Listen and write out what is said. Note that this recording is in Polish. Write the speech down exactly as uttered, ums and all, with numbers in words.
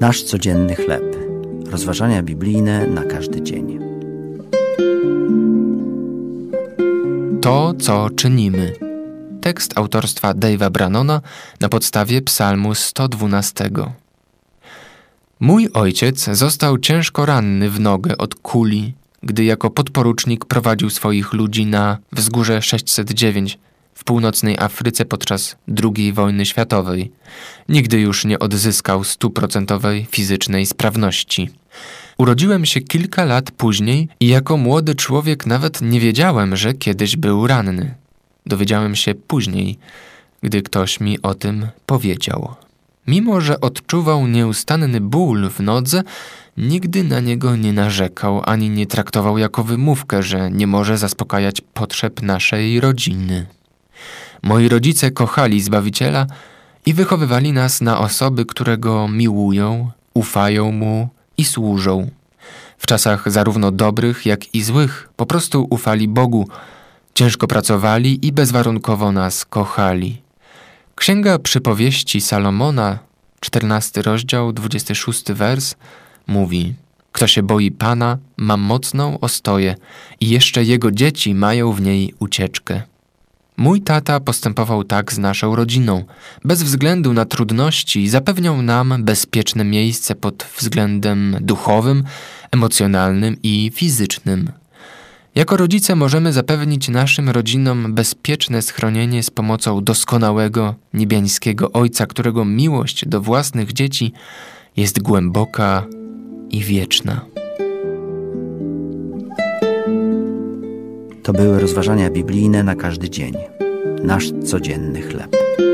Nasz codzienny chleb. Rozważania biblijne na każdy dzień. To, co czynimy. Tekst autorstwa Dave'a Brannona na podstawie Psalmu sto dwunastego. Mój ojciec został ciężko ranny w nogę od kuli, gdy jako podporucznik prowadził swoich ludzi na wzgórze sześćset dziewięć w północnej Afryce podczas drugiej wojny światowej. Nigdy już nie odzyskał stuprocentowej fizycznej sprawności. Urodziłem się kilka lat później i jako młody człowiek nawet nie wiedziałem, że kiedyś był ranny. Dowiedziałem się później, gdy ktoś mi o tym powiedział. Mimo że odczuwał nieustanny ból w nodze, nigdy na niego nie narzekał, ani nie traktował jako wymówkę, że nie może zaspokajać potrzeb naszej rodziny. Moi rodzice kochali Zbawiciela i wychowywali nas na osoby, które Go miłują, ufają Mu i służą. W czasach zarówno dobrych, jak i złych po prostu ufali Bogu, ciężko pracowali i bezwarunkowo nas kochali. Księga Przypowieści Salomona, czternasty rozdział, dwudziesty szósty wers, mówi: Kto się boi Pana, ma mocną ostoję i jeszcze jego dzieci mają w niej ucieczkę. Mój tata postępował tak z naszą rodziną. Bez względu na trudności zapewniał nam bezpieczne miejsce pod względem duchowym, emocjonalnym i fizycznym. Jako rodzice możemy zapewnić naszym rodzinom bezpieczne schronienie z pomocą doskonałego, niebiańskiego Ojca, którego miłość do własnych dzieci jest głęboka i wieczna. To były rozważania biblijne na każdy dzień. Nasz codzienny chleb.